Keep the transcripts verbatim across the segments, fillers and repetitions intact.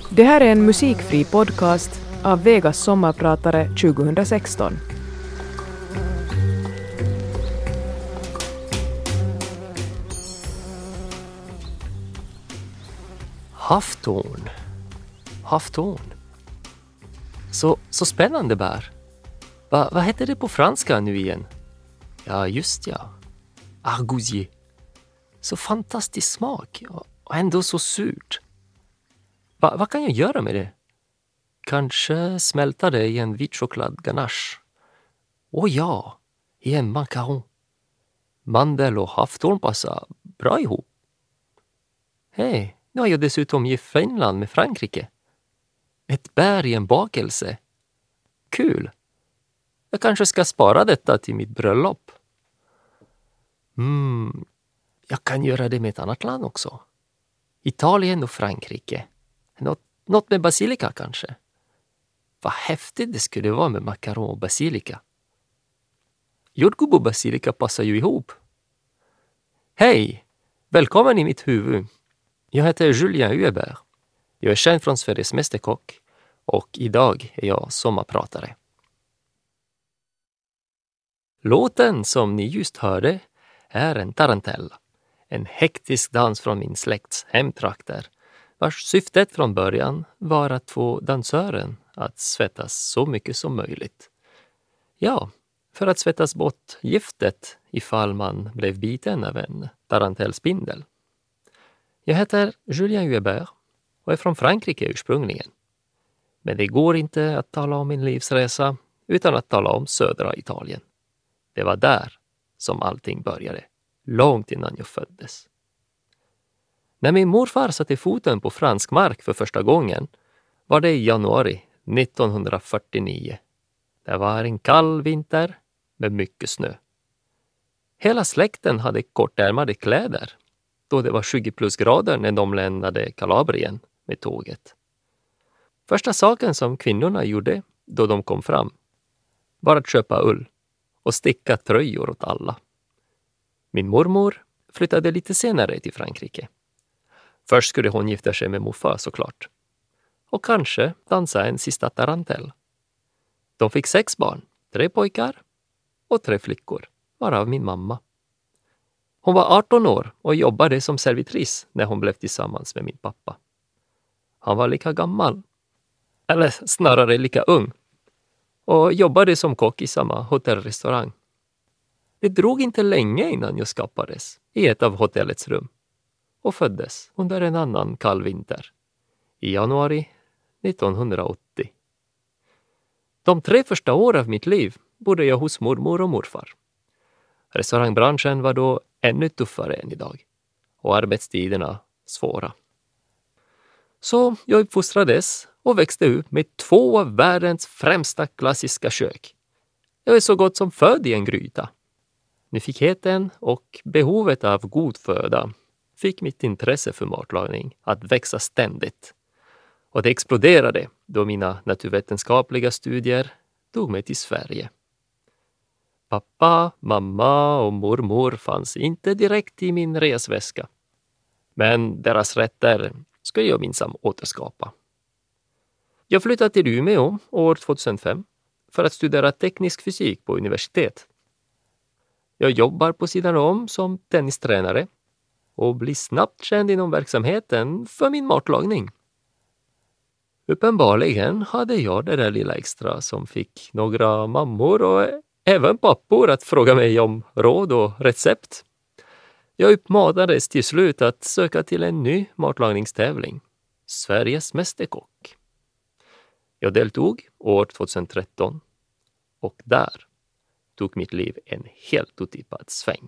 Det här är en musikfri podcast av Vegas sommarpratare tjugohundrasexton. Havtorn. Havtorn. Så, så spännande bär. Va, vad heter det på franska nu igen? Ja, just ja. Argousier. Så fantastisk smak och ändå så surt. Va, vad kan jag göra med det? Kanske smälta det i en vit choklad ganache. Åh ja, i en macaron. Mandel och havtorn passar bra ihop. Hej, nu har jag dessutom gift Finland med Frankrike. Ett bär i en bakelse. Kul. Jag kanske ska spara detta till mitt bröllop. Mm, jag kan göra det med ett annat land också. Italien och Frankrike. Något, något med basilika kanske. Vad häftigt det skulle vara med macaron och basilika. Jordgubb och basilika passar ju ihop. Hej, välkommen i mitt huvud. Jag heter Julien Huebert. Jag är känd från Sveriges Mästerkock och idag är jag sommarpratare. Låten som ni just hörde är en tarantella. En hektisk dans från min släkts hemtrakter, vars syftet från början var att få dansören att svettas så mycket som möjligt. Ja, för att svettas bort giftet ifall man blev biten av en tarantellspindel. Jag heter Julien Huebert och är från Frankrike ursprungligen. Men det går inte att tala om min livsresa utan att tala om södra Italien. Det var där som allting började, långt innan jag föddes. När min morfar satte foten på fransk mark för första gången var det i januari nittonhundrafyrtionio. Det var en kall vinter med mycket snö. Hela släkten hade kortärmade kläder då det var tjugo plusgrader när de lämnade Kalabrien med tåget. Första saken som kvinnorna gjorde då de kom fram var att köpa ull och sticka tröjor åt alla. Min mormor flyttade lite senare till Frankrike. Först skulle hon gifta sig med morfar såklart. Och kanske dansa en sista tarantell. De fick sex barn, tre pojkar och tre flickor, varav min mamma. Hon var arton år och jobbade som servitris när hon blev tillsammans med min pappa. Han var lika gammal, eller snarare lika ung, och jobbade som kock i samma hotellrestaurang. Det drog inte länge innan jag skapades i ett av hotellets rum och föddes under en annan kall vinter i januari nittonhundraåttio. De tre första åren av mitt liv bodde jag hos mormor och morfar. Restaurangbranschen var då ännu tuffare än idag och arbetstiderna svåra. Så jag uppfostrades och växte upp med två av världens främsta klassiska kök. Jag är så gott som född i en gryta. Nyfikenheten och behovet av god föda fick mitt intresse för matlagning att växa ständigt. Och det exploderade då mina naturvetenskapliga studier tog mig till Sverige. Pappa, mamma och mormor fanns inte direkt i min resväska. Men deras rätter skulle jag minsann återskapa. Jag flyttade till Umeå år tjugohundrafem för att studera teknisk fysik på universitet. Jag jobbar på sidan om som tennistränare och blir snabbt känd inom verksamheten för min matlagning. Uppenbarligen hade jag det där lilla extra som fick några mammor och även pappor att fråga mig om råd och recept. Jag uppmanades till slut att söka till en ny matlagningstävling, Sveriges Mästerkock. Jag deltog år tjugotretton och där tog mitt liv en helt otippad sväng.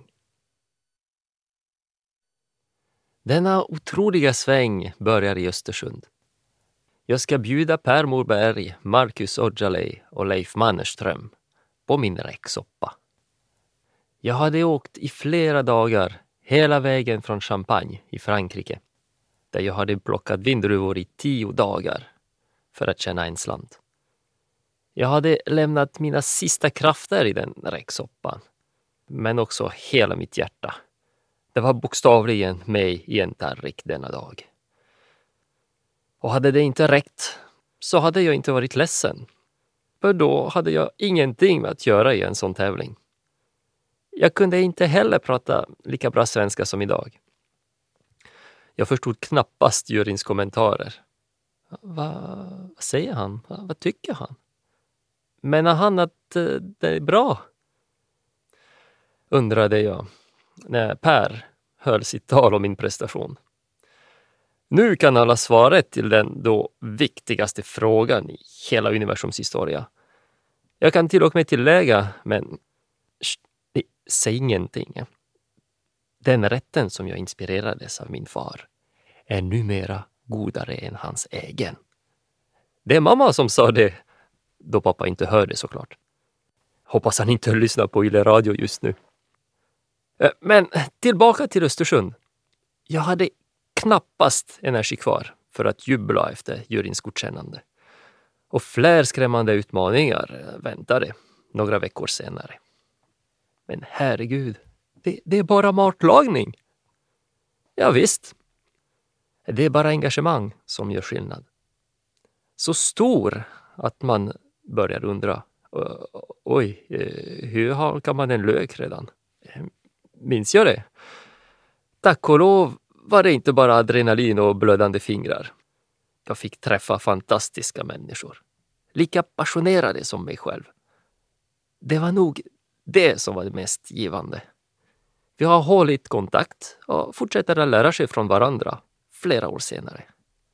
Denna otroliga sväng börjar i Östersund. Jag ska bjuda Per Morberg, Marcus Aujalay och Leif Mannerström på min räksoppa. Jag hade åkt i flera dagar hela vägen från Champagne i Frankrike, där jag hade plockat vindruvor i tio dagar för att tjäna en slant. Jag hade lämnat mina sista krafter i den räksoppan, men också hela mitt hjärta. Det var bokstavligen mig i en tallrik denna dag. Och hade det inte räckt så hade jag inte varit ledsen. För då hade jag ingenting med att göra i en sån tävling. Jag kunde inte heller prata lika bra svenska som idag. Jag förstod knappast juryns kommentarer. Va, vad säger han? Va, vad tycker han? Menar han att uh, det är bra? Undrade jag när Per höll sitt tal om min prestation. Nu kan alla svaret till den då viktigaste frågan i hela universums historia. Jag kan till och med tillägga, men sh, säg ingenting. Den rätten som jag inspirerades av min far är numera godare än hans egen. Det är mamma som sa det, då pappa inte hörde såklart. Hoppas han inte lyssnar på Yle Radio just nu. Men tillbaka till Östersund. Jag hade knappast energi kvar för att jubla efter juryns godkännande. Och fler skrämmande utmaningar väntade några veckor senare. Men herregud, det, det är bara matlagning. Ja visst, det är bara engagemang som gör skillnad. Så stor att man börjar undra, oj, hur halkar man en lök redan? Minns jag det? Tack och lov var det inte bara adrenalin och blödande fingrar. Jag fick träffa fantastiska människor. Lika passionerade som mig själv. Det var nog det som var det mest givande. Vi har hållit kontakt och fortsätter att lära sig från varandra flera år senare.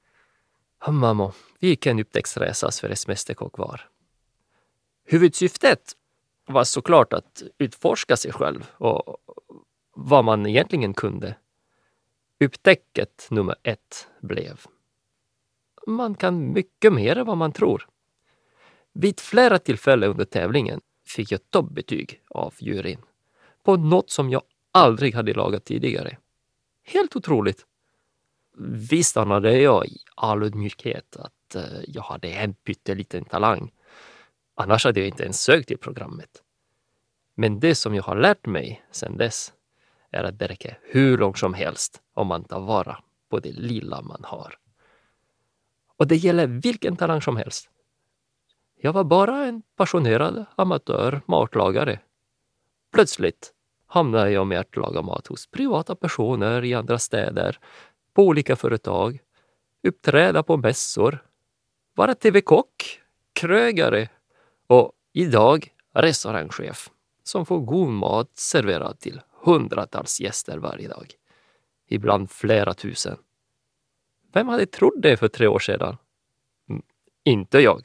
Mamma, vilken upptäcktsresa Sveriges Mästerkock var. Huvudsyftet var såklart att utforska sig själv och vad man egentligen kunde. Upptäcket nummer ett blev: man kan mycket mer än vad man tror. Vid flera tillfällen under tävlingen fick jag toppbetyg av juryn på något som jag aldrig hade lagat tidigare. Helt otroligt. Visst anade jag i all ödmjukhet att uh, jag hade en pytteliten talang. Annars hade jag inte ens sökt till programmet. Men det som jag har lärt mig sedan dess är att det räcker hur långt som helst om man tar vara på det lilla man har. Och det gäller vilken talang som helst. Jag var bara en passionerad amatör matlagare. Plötsligt hamnade jag med att laga mat hos privata personer i andra städer, på olika företag, uppträda på mässor, vara tv-kock, krögare och idag restaurangchef som får god mat serverad till hundratals gäster varje dag. Ibland flera tusen. Vem hade trott det för tre år sedan? Mm, inte jag.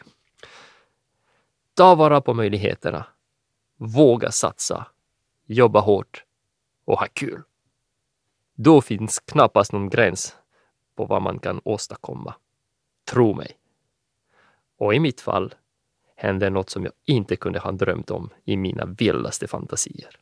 Ta vara på möjligheterna. Våga satsa. Jobba hårt. Och ha kul. Då finns knappast någon gräns på vad man kan åstadkomma. Tro mig. Och i mitt fall hände något som jag inte kunde ha drömt om i mina vildaste fantasier.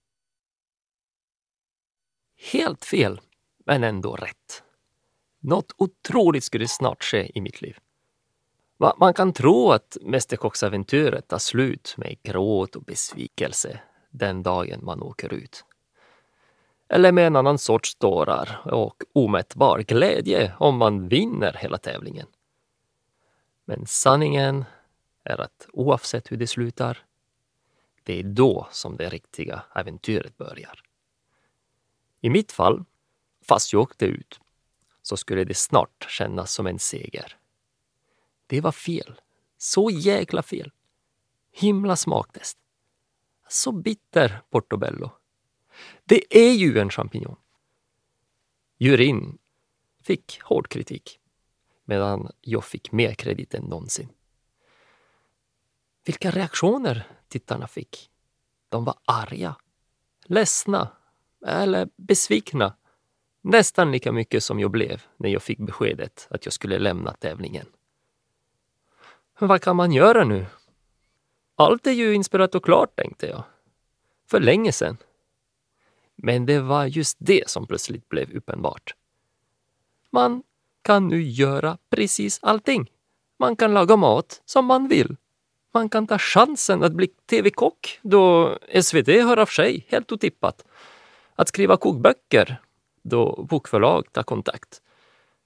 Helt fel, men ändå rätt. Något otroligt skulle snart ske i mitt liv. Man kan tro att mästerkocksäventyret tar slut med gråt och besvikelse den dagen man åker ut. Eller med en annan sorts tårar och omättbar glädje om man vinner hela tävlingen. Men sanningen är att oavsett hur det slutar, det är då som det riktiga äventyret börjar. I mitt fall, fast jag åkte ut, så skulle det snart kännas som en seger. Det var fel. Så jäkla fel. Himla smaktest. Så bitter portobello. Det är ju en champignon. Juryn fick hård kritik, medan jag fick mer kredit än någonsin. Vilka reaktioner tittarna fick. De var arga, ledsna eller besvikna. Nästan lika mycket som jag blev när jag fick beskedet att jag skulle lämna tävlingen. Men vad kan man göra nu? Allt är ju inspelat och klart, tänkte jag. För länge sedan. Men det var just det som plötsligt blev uppenbart. Man kan nu göra precis allting. Man kan laga mat som man vill. Man kan ta chansen att bli tv-kock då S V T hör av sig, helt otippat. Att skriva kokböcker då bokförlag tar kontakt.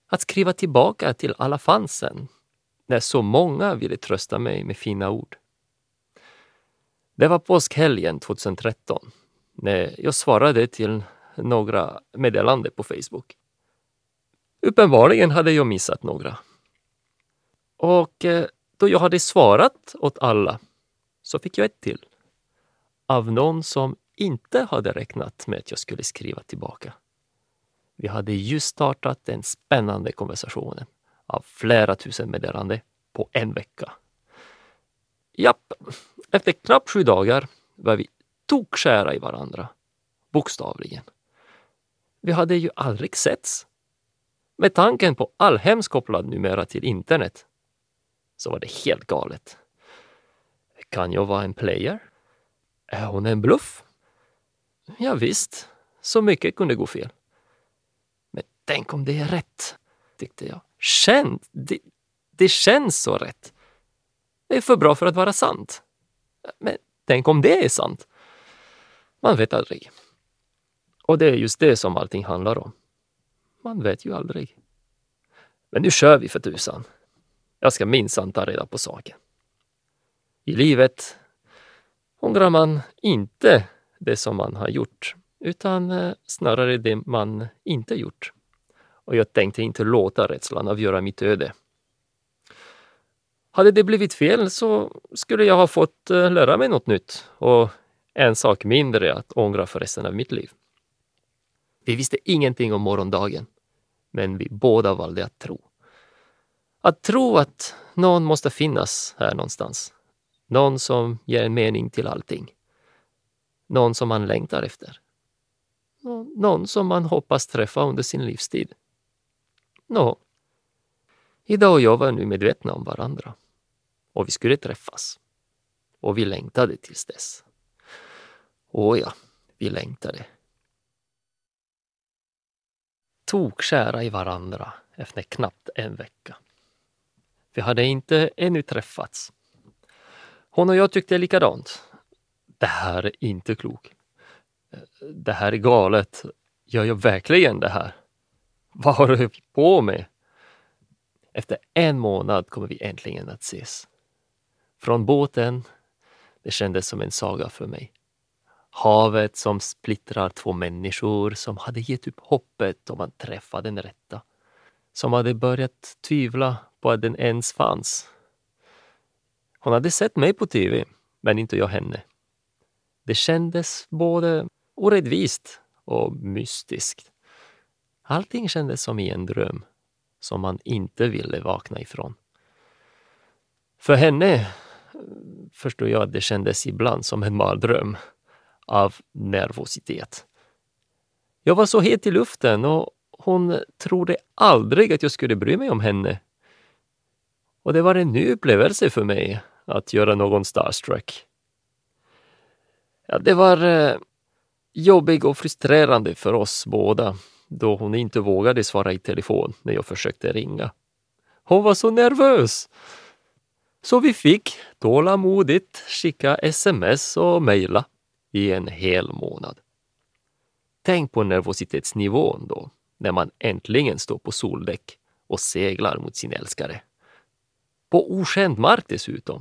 Att skriva tillbaka till alla fansen när så många ville trösta mig med fina ord. Det var påskhelgen tjugohundratretton när jag svarade till några meddelanden på Facebook. Uppenbarligen hade jag missat några. Och då jag hade svarat åt alla så fick jag ett till. Av någon som inte hade räknat med att jag skulle skriva tillbaka. Vi hade just startat en spännande konversation av flera tusen meddelanden på en vecka. Japp, efter knappt sju dagar var vi tokkära i varandra. Bokstavligen. Vi hade ju aldrig setts. Med tanken på all hemskopplad numera till internet så var det helt galet. Kan jag vara en player? Är hon en bluff? Ja visst, så mycket kunde gå fel. Men tänk om det är rätt, tyckte jag. Känn, det, det känns så rätt. Det är för bra för att vara sant. Men tänk om det är sant. Man vet aldrig. Och det är just det som allting handlar om. Man vet ju aldrig. Men nu kör vi för tusan. Jag ska minsann ta reda på saken. I livet ångrar man inte det som man har gjort, utan snarare det man inte gjort. Och jag tänkte inte låta rädslan avgöra mitt öde. Hade det blivit fel så skulle jag ha fått lära mig något nytt och en sak mindre att ångra för resten av mitt liv. Vi visste ingenting om morgondagen, men vi båda valde att tro. Att tro att någon måste finnas här någonstans. Någon som ger en mening till allting. Någon som man längtar efter. Någon som man hoppas träffa under sin livstid. Nå, idag och jag var nu medvetna om varandra. Och vi skulle träffas. Och vi längtade tills dess. Åh ja, vi längtade. Tokkära i varandra efter knappt en vecka. Vi hade inte ännu träffats. Hon och jag tyckte likadant. Det här är inte klokt. Det här är galet. Gör jag verkligen det här? Vad har du på med? Efter en månad kommer vi äntligen att ses. Från båten, det kändes som en saga för mig. Havet som splittrar två människor som hade gett upp hoppet om att träffa den rätta. Som hade börjat tvivla på att den ens fanns. Hon hade sett mig på tv, men inte jag henne. Det kändes både orättvist och mystiskt. Allting kändes som i en dröm som man inte ville vakna ifrån. För henne förstår jag att det kändes ibland som en mardröm av nervositet. Jag var så het i luften och hon trodde aldrig att jag skulle bry mig om henne. Och det var en ny upplevelse för mig att göra någon starstruck. Ja, det var eh, jobbigt och frustrerande för oss båda då hon inte vågade svara i telefon när jag försökte ringa. Hon var så nervös. Så vi fick tålamodigt skicka sms och mejla i en hel månad. Tänk på nervositetsnivån då när man äntligen står på soldäck och seglar mot sin älskare. På okänd mark dessutom.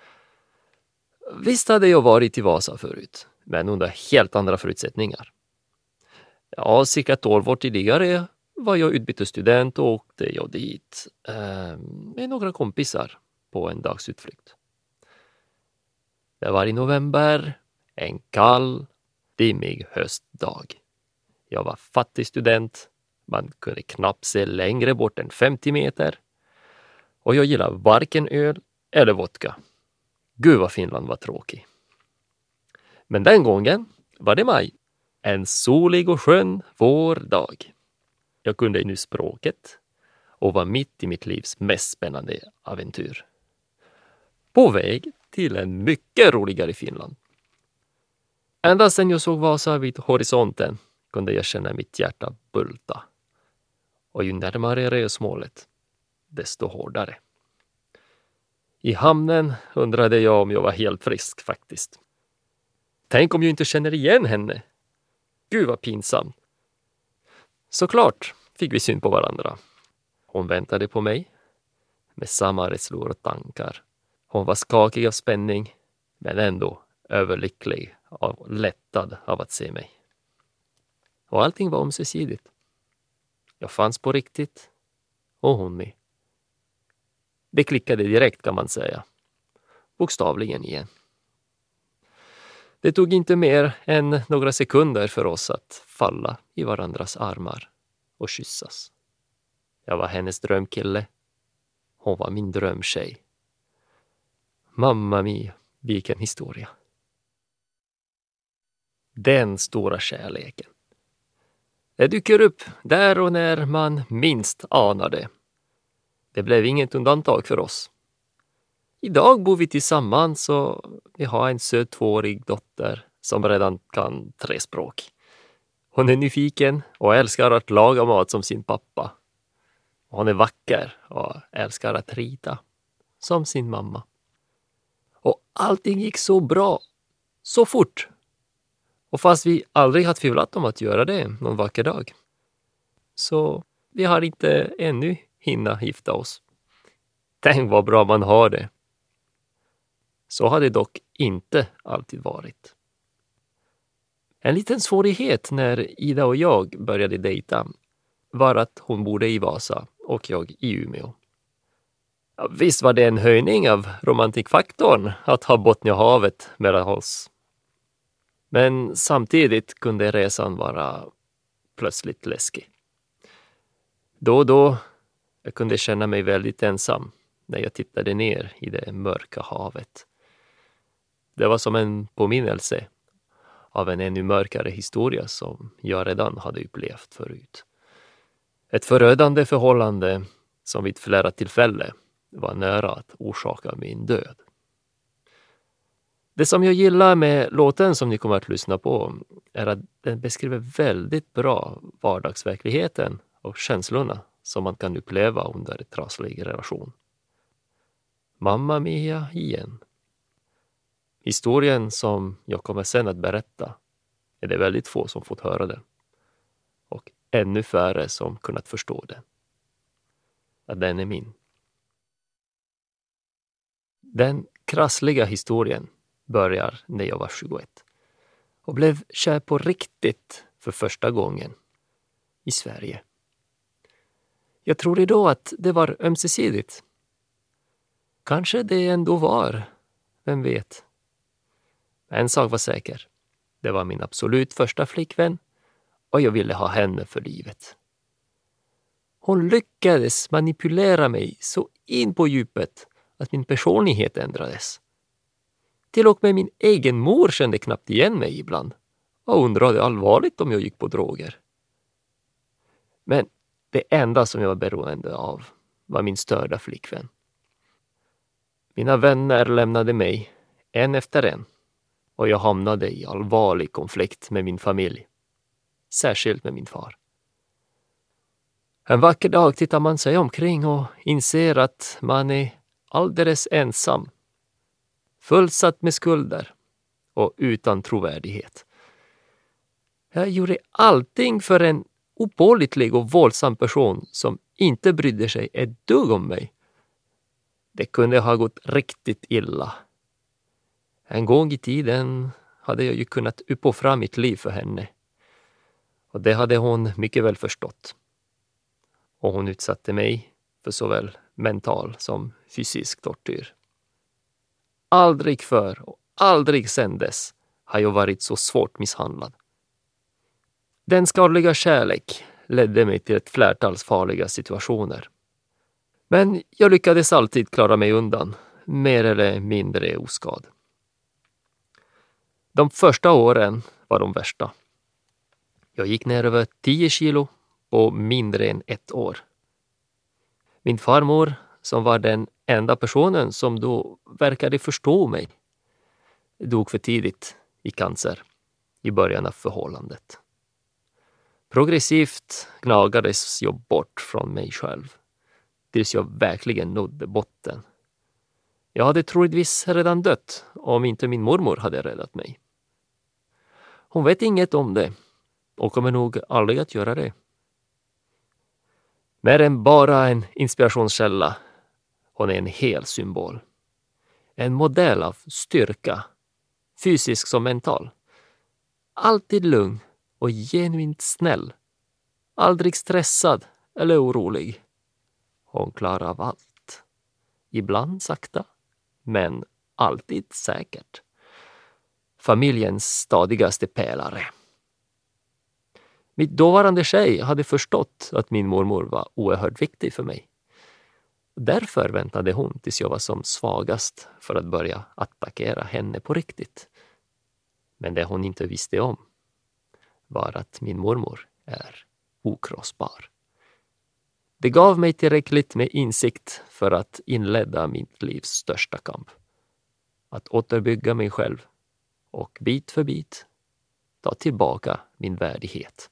Visst hade jag varit i Vasa förut, men under helt andra förutsättningar. Ja, cirka tolv år tidigare var jag utbytesstudent och åkte jag dit eh, med några kompisar på en dagsutflykt. Det var i november, en kall, dimmig höstdag. Jag var fattig student, man kunde knappt se längre bort än femtio meter. Och jag gillar varken öl eller vodka. Gud vad Finland var tråkig. Men den gången var det maj. En solig och skön vårdag. Jag kunde nu språket och var mitt i mitt livs mest spännande äventyr. På väg till en mycket roligare Finland. Ända sedan jag såg Vasa vid horisonten kunde jag känna mitt hjärta bulta. Och ju närmare resmålet, desto hårdare. I hamnen undrade jag om jag var helt frisk faktiskt. Tänk om jag inte känner igen henne. Gud vad pinsam. Såklart fick vi syn på varandra. Hon väntade på mig med samma rädslor och tankar. Hon var skakig av spänning, men ändå överlycklig och lättad av att se mig. Och allting var ömsesidigt. Jag fanns på riktigt och hon med. Det klickade direkt, kan man säga. Bokstavligen igen. Det tog inte mer än några sekunder för oss att falla i varandras armar och kyssas. Jag var hennes drömkille. Hon var min drömtjej. Mamma mia, vilken historia. Den stora kärleken. Det dyker upp där och när man minst anar det. Det blev inget undantag för oss. Idag bor vi tillsammans och vi har en söt tvåårig dotter som redan kan tre språk. Hon är nyfiken och älskar att laga mat som sin pappa. Hon är vacker och älskar att rita som sin mamma. Och allting gick så bra, så fort. Och fast vi aldrig har tvivlat om att göra det någon vacker dag. Så vi har inte ännu hinna gifta oss. Tänk vad bra man har det. Så har det dock inte alltid varit. En liten svårighet när Ida och jag började dejta var att hon bodde i Vasa och jag i Umeå. Ja, visst var det en höjning av romantikfaktorn att ha Botniahavet mellan oss. Men samtidigt kunde resan vara plötsligt läskig. Då och då jag kunde känna mig väldigt ensam när jag tittade ner i det mörka havet. Det var som en påminnelse av en ännu mörkare historia som jag redan hade upplevt förut. Ett förödande förhållande som vid flera tillfällen var nära att orsaka min död. Det som jag gillar med låten som ni kommer att lyssna på är att den beskriver väldigt bra vardagsverkligheten och känslorna som man kan uppleva under en trasslig relation. Mamma mia igen. Historien som jag kommer sen att berätta är det väldigt få som fått höra den. Och ännu färre som kunnat förstå den. Att den är min. Den krassliga historien börjar när jag var tjugoett. Och blev kär på riktigt för första gången i Sverige. Jag trodde då att det var ömsesidigt. Kanske det ändå var. Vem vet? En sak var säker. Det var min absolut första flickvän och jag ville ha henne för livet. Hon lyckades manipulera mig så in på djupet att min personlighet ändrades. Till och med min egen mor kände knappt igen mig ibland och undrade allvarligt om jag gick på droger. Men det enda som jag var beroende av var min störda flickvän. Mina vänner lämnade mig en efter en och jag hamnade i allvarlig konflikt med min familj. Särskilt med min far. En vacker dag tittar man sig omkring och inser att man är alldeles ensam. Fullsatt med skulder och utan trovärdighet. Jag gjorde allting för en opålitlig och våldsam person som inte brydde sig ett dugg om mig. Det kunde ha gått riktigt illa. En gång i tiden hade jag ju kunnat uppoffra mitt liv för henne. Och det hade hon mycket väl förstått. Och hon utsatte mig för såväl mental som fysisk tortyr. Aldrig för och aldrig sedan dess har jag varit så svårt misshandlad. Den skadliga kärlek ledde mig till ett flertals farliga situationer. Men jag lyckades alltid klara mig undan, mer eller mindre oskad. De första åren var de värsta. Jag gick ner över tio kilo på mindre än ett år. Min farmor, som var den enda personen som då verkade förstå mig, dog för tidigt i cancer i början av förhållandet. Progressivt gnagades jag bort från mig själv tills jag verkligen nådde botten. Jag hade troligtvis redan dött om inte min mormor hade räddat mig. Hon vet inget om det och kommer nog aldrig att göra det. Mer än bara en inspirationskälla. Hon är en hel symbol. En modell av styrka, fysisk som mental. Alltid lugn och genuint snäll. Aldrig stressad eller orolig. Hon klarar av allt. Ibland sakta, men alltid säkert. Familjens stadigaste pelare. Mitt dåvarande tjej hade förstått att min mormor var oerhört viktig för mig. Därför väntade hon tills jag var som svagast för att börja attackera henne på riktigt. Men det hon inte visste om var att min mormor är okrossbar. Det gav mig tillräckligt med insikt för att inleda mitt livs största kamp. Att återbygga mig själv och bit för bit ta tillbaka min värdighet.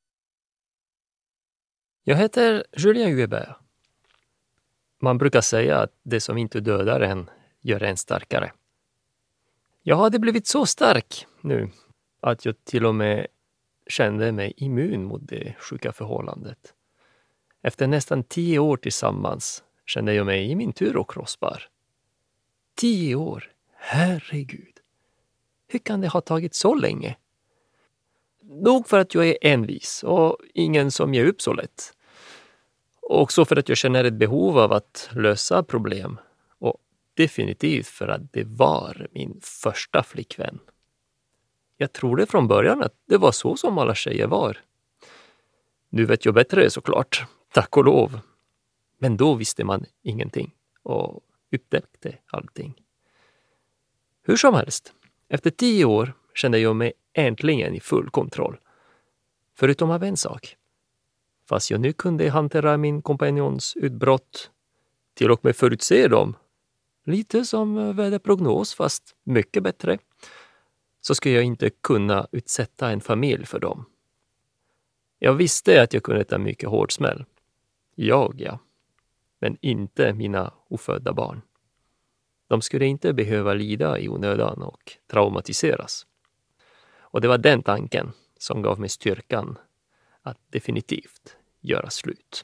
Jag heter Julien Huebert. Man brukar säga att det som inte dödar en gör en starkare. Jag hade blivit så stark nu att jag till och med kände mig immun mot det sjuka förhållandet. Efter nästan tio år tillsammans kände jag mig i min tur okrossbar. Tio år, herregud. Hur kan det ha tagit så länge? Nog för att jag är envis och ingen som ger upp så lätt. Och också för att jag känner ett behov av att lösa problem. Och definitivt för att det var min första flickvän. Jag trodde från början att det var så som alla tjejer var. Nu vet jag bättre såklart, tack och lov. Men då visste man ingenting och upptäckte allting. Hur som helst, efter tio år kände jag mig äntligen i full kontroll. Förutom av en sak. Fast jag nu kunde hantera min kompanjons utbrott, till och med förutse dem. Lite som väderprognos, fast mycket bättre. Så skulle jag inte kunna utsätta en familj för dem. Jag visste att jag kunde ta mycket hård smäll. Jag, ja. Men inte mina ofödda barn. De skulle inte behöva lida i onödan och traumatiseras. Och det var den tanken som gav mig styrkan att definitivt göra slut.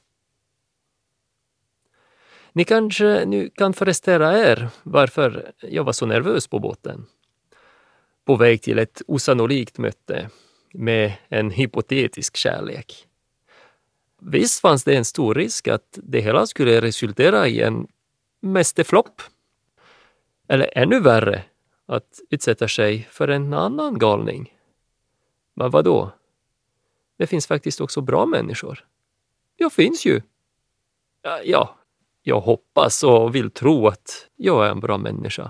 Ni kanske nu kan föreställa er varför jag var så nervös på båten. På väg till ett osannolikt möte med en hypotetisk kärlek. Visst fanns det en stor risk att det hela skulle resultera i en mästerflopp. Eller ännu värre, att utsätta sig för en annan galning. Men vad då? Det finns faktiskt också bra människor. Jag finns ju. Ja, ja, jag hoppas och vill tro att jag är en bra människa.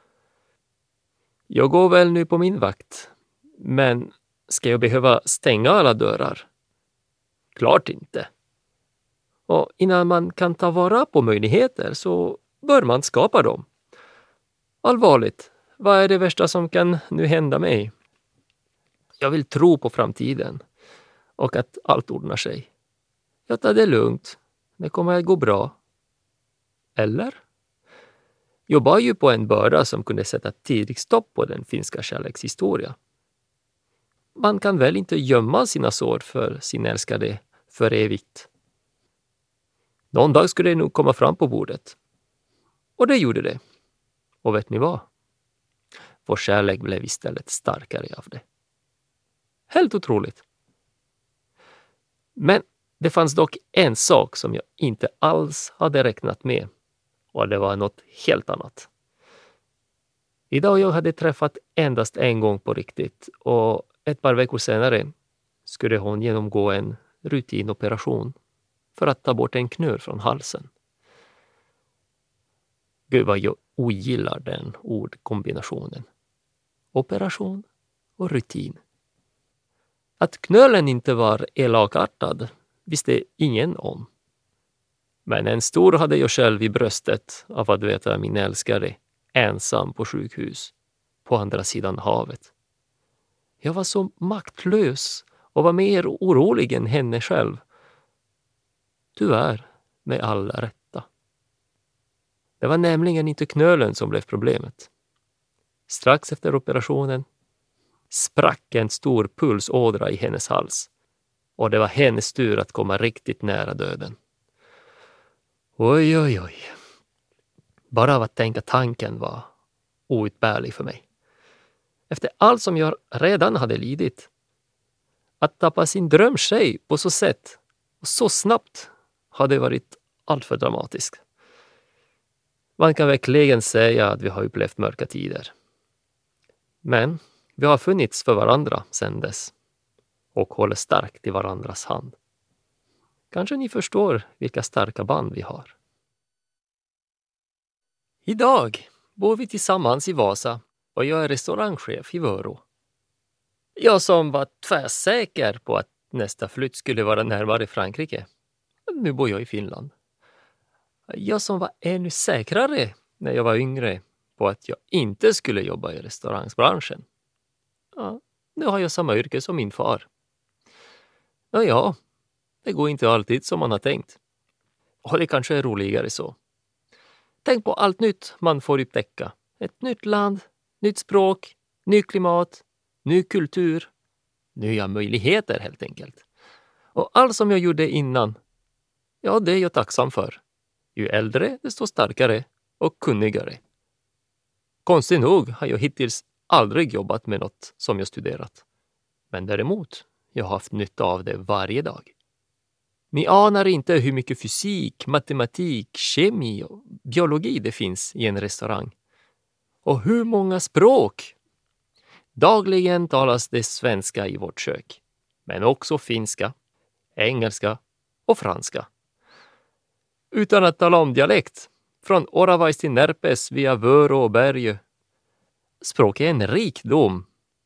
Jag går väl nu på min vakt. Men ska jag behöva stänga alla dörrar? Klart inte. Och innan man kan ta vara på möjligheter så bör man skapa dem. Allvarligt, vad är det värsta som kan nu hända mig? Jag vill tro på framtiden och att allt ordnar sig. Jag tar det lugnt. Det kommer att gå bra. Eller? Jag bar ju på en börda som kunde sätta tidigt stopp på den finska kärlekshistoria. Man kan väl inte gömma sina sår för sin älskade för evigt. Någon dag skulle det nog komma fram på bordet. Och det gjorde det. Och vet ni vad? Vår kärlek blev istället starkare av det. Helt otroligt. Men det fanns dock en sak som jag inte alls hade räknat med. Och det var något helt annat. Idag jag hade träffat endast en gång på riktigt. Och ett par veckor senare skulle hon genomgå en rutinoperation för att ta bort en knöl från halsen. Gud vad jag ogillar den ordkombinationen. Operation och rutin. Att knölen inte var elakartad visste ingen om. Men en stor hade jag själv i bröstet av att veta min älskare ensam på sjukhus på andra sidan havet. Jag var så maktlös och var mer orolig än henne själv. Tyvärr med alla rätta. Det var nämligen inte knölen som blev problemet. Strax efter operationen sprack en stor pulsådra i hennes hals och det var hennes tur att komma riktigt nära döden. Oj, oj, oj. Bara av att tänka tanken var outbärlig för mig. Efter allt som jag redan hade lidit. Att tappa sin drömtjej på så sätt och så snabbt hade varit allt för dramatiskt. Man kan verkligen säga att vi har upplevt mörka tider. Men vi har funnits för varandra sedan dess och håller starkt i varandras hand. Kanske ni förstår vilka starka band vi har. Idag bor vi tillsammans i Vasa och jag är restaurangchef i Vörå. Jag som var tvärsäker på att nästa flytt skulle vara närmare Frankrike. Nu bor jag i Finland. Jag som var ännu säkrare när jag var yngre på att jag inte skulle jobba i restaurangbranschen. Ja, nu har jag samma yrke som min far. Ja, ja, det går inte alltid som man har tänkt. Och det kanske är roligare så. Tänk på allt nytt man får upptäcka. Ett nytt land, nytt språk, ny klimat, ny kultur, nya möjligheter helt enkelt. Och allt som jag gjorde innan, ja, det är jag tacksam för. Ju äldre, desto starkare och kunnigare. Konstigt nog har jag hittills aldrig jobbat med något som jag studerat. Men däremot, jag har haft nytta av det varje dag. Ni anar inte hur mycket fysik, matematik, kemi och biologi det finns i en restaurang. Och hur många språk! Dagligen talas det svenska i vårt kök. Men också finska, engelska och franska. Utan att tala om dialekt. Från Oravais till Närpes via Vörå och Bergö. Språk är en rikdom.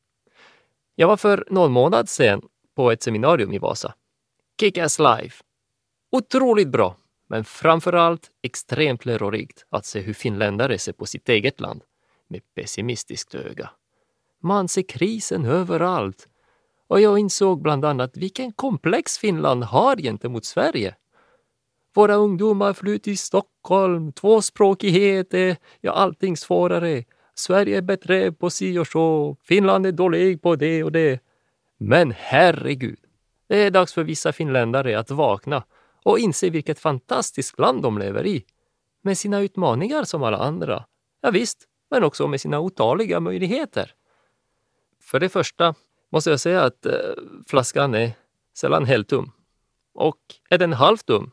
Jag var för någon månad sedan på ett seminarium i Vasa. Kick-ass life. Otroligt bra, men framförallt extremt lärorikt att se hur finländare ser på sitt eget land med pessimistiskt öga. Man ser krisen överallt. Och jag insåg bland annat vilken komplex Finland har gentemot Sverige. Våra ungdomar flyr till Stockholm, tvåspråkighet är ja, allting svårare. Sverige är bättre på si och så, Finland är dålig på det och det. Men herregud, det är dags för vissa finländare att vakna och inse vilket fantastiskt land de lever i. Med sina utmaningar som alla andra. Ja visst, men också med sina otaliga möjligheter. För det första måste jag säga att eh, flaskan är sällan helt tom. Och är den halvt tom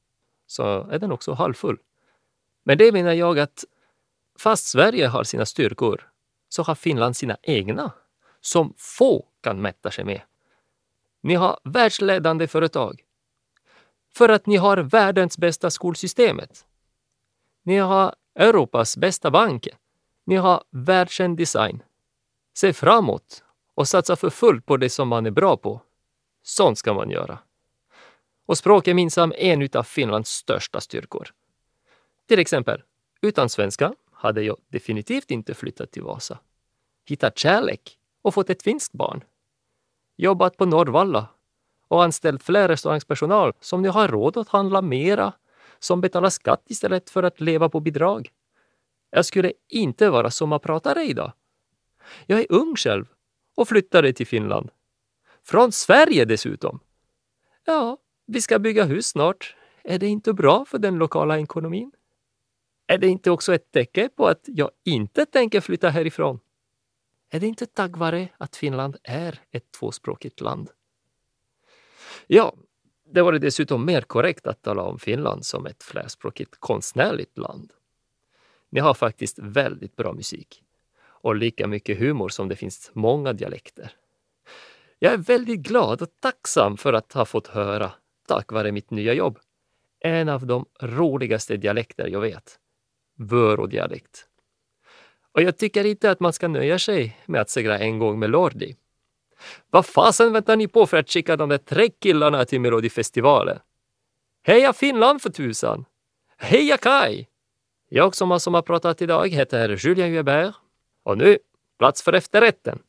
så är den också halvfull. Men det menar jag att fast Sverige har sina styrkor så har Finland sina egna som få kan mätta sig med. Ni har världsledande företag. För att ni har världens bästa skolsystemet. Ni har Europas bästa bank. Ni har världskänd design. Se framåt och satsa för fullt på det som man är bra på. Sånt ska man göra. Och språk är minsann en av Finlands största styrkor. Till exempel, utan svenska hade jag definitivt inte flyttat till Vasa. Hittat kärlek och fått ett finskt barn. Jobbat på Norrvalla och anställt fler restaurangspersonal som nu har råd att handla mera, som betalar skatt istället för att leva på bidrag. Jag skulle inte vara sommarpratare idag. Jag är ung själv och flyttade till Finland. Från Sverige dessutom. Ja, vi ska bygga hus snart. Är det inte bra för den lokala ekonomin? Är det inte också ett tecken på att jag inte tänker flytta härifrån? Är det inte tack vare att Finland är ett tvåspråkigt land? Ja, det var dessutom mer korrekt att tala om Finland som ett flerspråkigt konstnärligt land. Ni har faktiskt väldigt bra musik och lika mycket humor som det finns många dialekter. Jag är väldigt glad och tacksam för att ha fått höra, tack vare mitt nya jobb, en av de roligaste dialekter jag vet. Vörå-dialekt. Och jag tycker inte att man ska nöja sig med att segra en gång med Lordi. Vad fasen väntar ni på för att skicka de där tre killarna till Melodifestivalen? Heja Finland för tusan! Heja Kai! Jag som har, som har pratat idag heter Julien Hubert. Och nu, plats för efterrätten.